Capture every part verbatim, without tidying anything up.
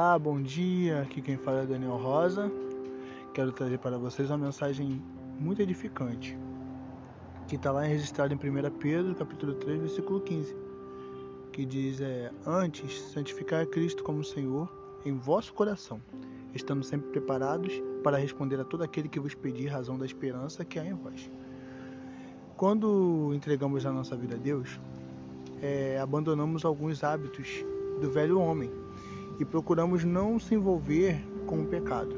Olá, bom dia, aqui quem fala é Daniel Rosa. Quero trazer para vocês uma mensagem muito edificante, que está lá registrada em primeira Pedro, capítulo três, versículo quinze, que diz, é, antes, santificai a Cristo como Senhor em vosso coração, estando sempre preparados para responder a todo aquele que vos pedir razão da esperança que há em vós. Quando entregamos a nossa vida a Deus, é, abandonamos alguns hábitos do velho homem e procuramos não se envolver com o pecado.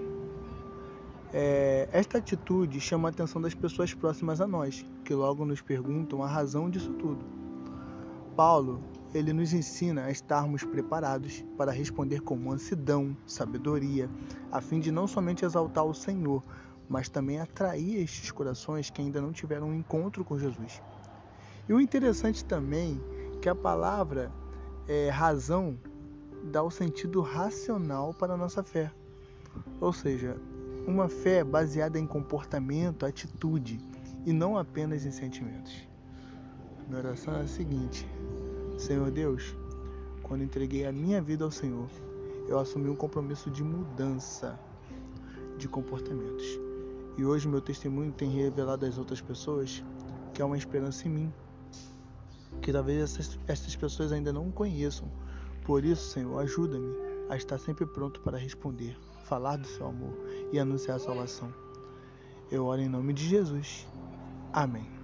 É, esta atitude chama a atenção das pessoas próximas a nós, que logo nos perguntam a razão disso tudo. Paulo, ele nos ensina a estarmos preparados para responder com mansidão, sabedoria, a fim de não somente exaltar o Senhor, mas também atrair estes corações que ainda não tiveram um encontro com Jesus. E o interessante também é que a palavra é, razão dá o sentido racional para a nossa fé. Ou seja, uma fé baseada em comportamento, atitude e não apenas em sentimentos. Minha oração é a seguinte: Senhor Deus, quando entreguei a minha vida ao Senhor, eu assumi um compromisso de mudança de comportamentos. E hoje meu testemunho tem revelado às outras pessoas que há uma esperança em mim, que talvez essas, essas pessoas ainda não conheçam. Por isso, Senhor, ajuda-me a estar sempre pronto para responder, falar do seu amor e anunciar a salvação. Eu oro em nome de Jesus. Amém.